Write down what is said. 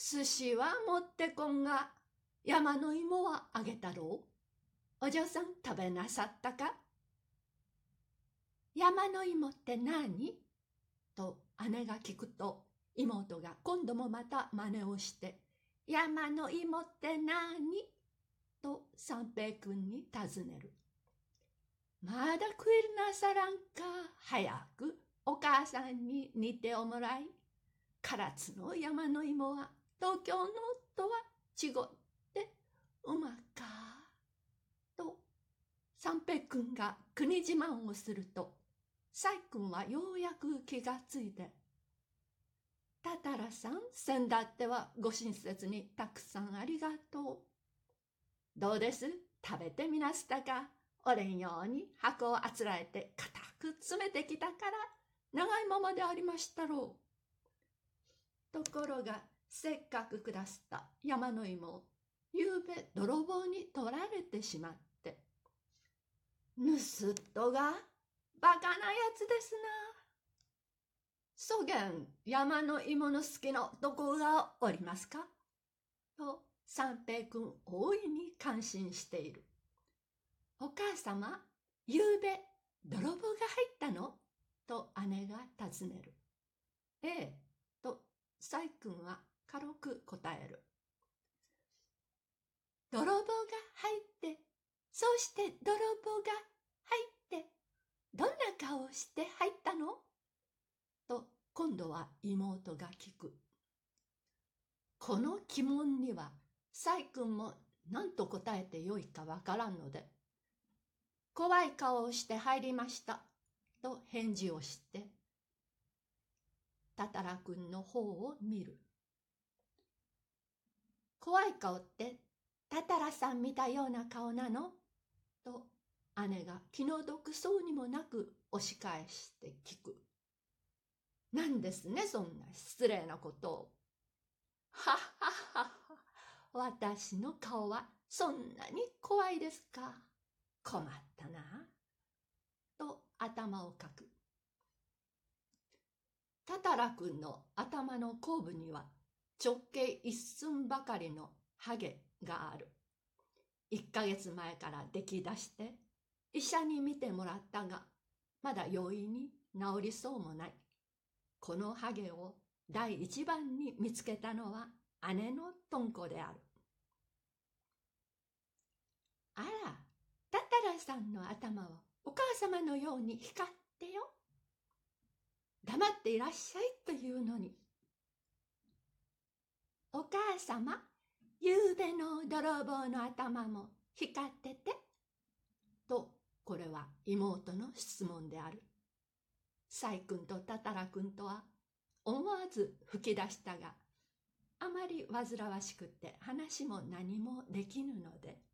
寿司は持ってこんが、山の芋はあげたろう。お嬢さん食べなさったか。山の芋って何と姉が聞くと、妹が今度もまた真似をして、山の芋って何と三平君に尋ねる。まだ食いなさらんか。早くお母さんに煮ておもらい。唐津の山の芋は東京のとは違ってうまか。と三平君が国自慢をすると、細君はようやく気がついて、たたらさん、先だってはご親切にたくさんありがとう。どうです？食べてみなすったか。おれんように箱をあつらえて固く詰めてきたから長いままでありましたろう。ところがせっかく下した山の芋をゆうべ泥棒に取られてしまって、ぬすっとがバカなやつですな。そげん山の芋の好きのどこがおりますかと三平君大いに感心している。お母様、ゆうべ泥棒が入ったのと姉が尋ねる。ええ、と細君は軽く答える。泥棒が入って、そして泥棒が入って、どんな顔をして入ったのと今度は妹が聞く。この疑問には細君も何と答えてよいかわからんので、怖い顔をして入りましたと返事をして、たたらくんの方を見る。怖い顔ってたたらさん見たような顔なのと姉が気の毒そうにもなく押し返して聞く。なんですね、そんな失礼なことを。はっはっはっは、私の顔はそんなに怖いですか。困ったな。と頭をかく。たたらくんの頭の後部には直径一寸ばかりのハゲがある。1ヶ月前から出来出して医者に診てもらったが、まだ容易に治りそうもない。このハゲを第一番に見つけたのは姉のとんこである。あら、たたらさんの頭はお母様のように光ってよ。黙っていらっしゃいというのに。お母様、ゆうべの泥棒の頭も光ってて。と、これは妹の質問である。細君とたたら君とは思わず吹き出したが、あまり煩わしくて話も何もできぬので、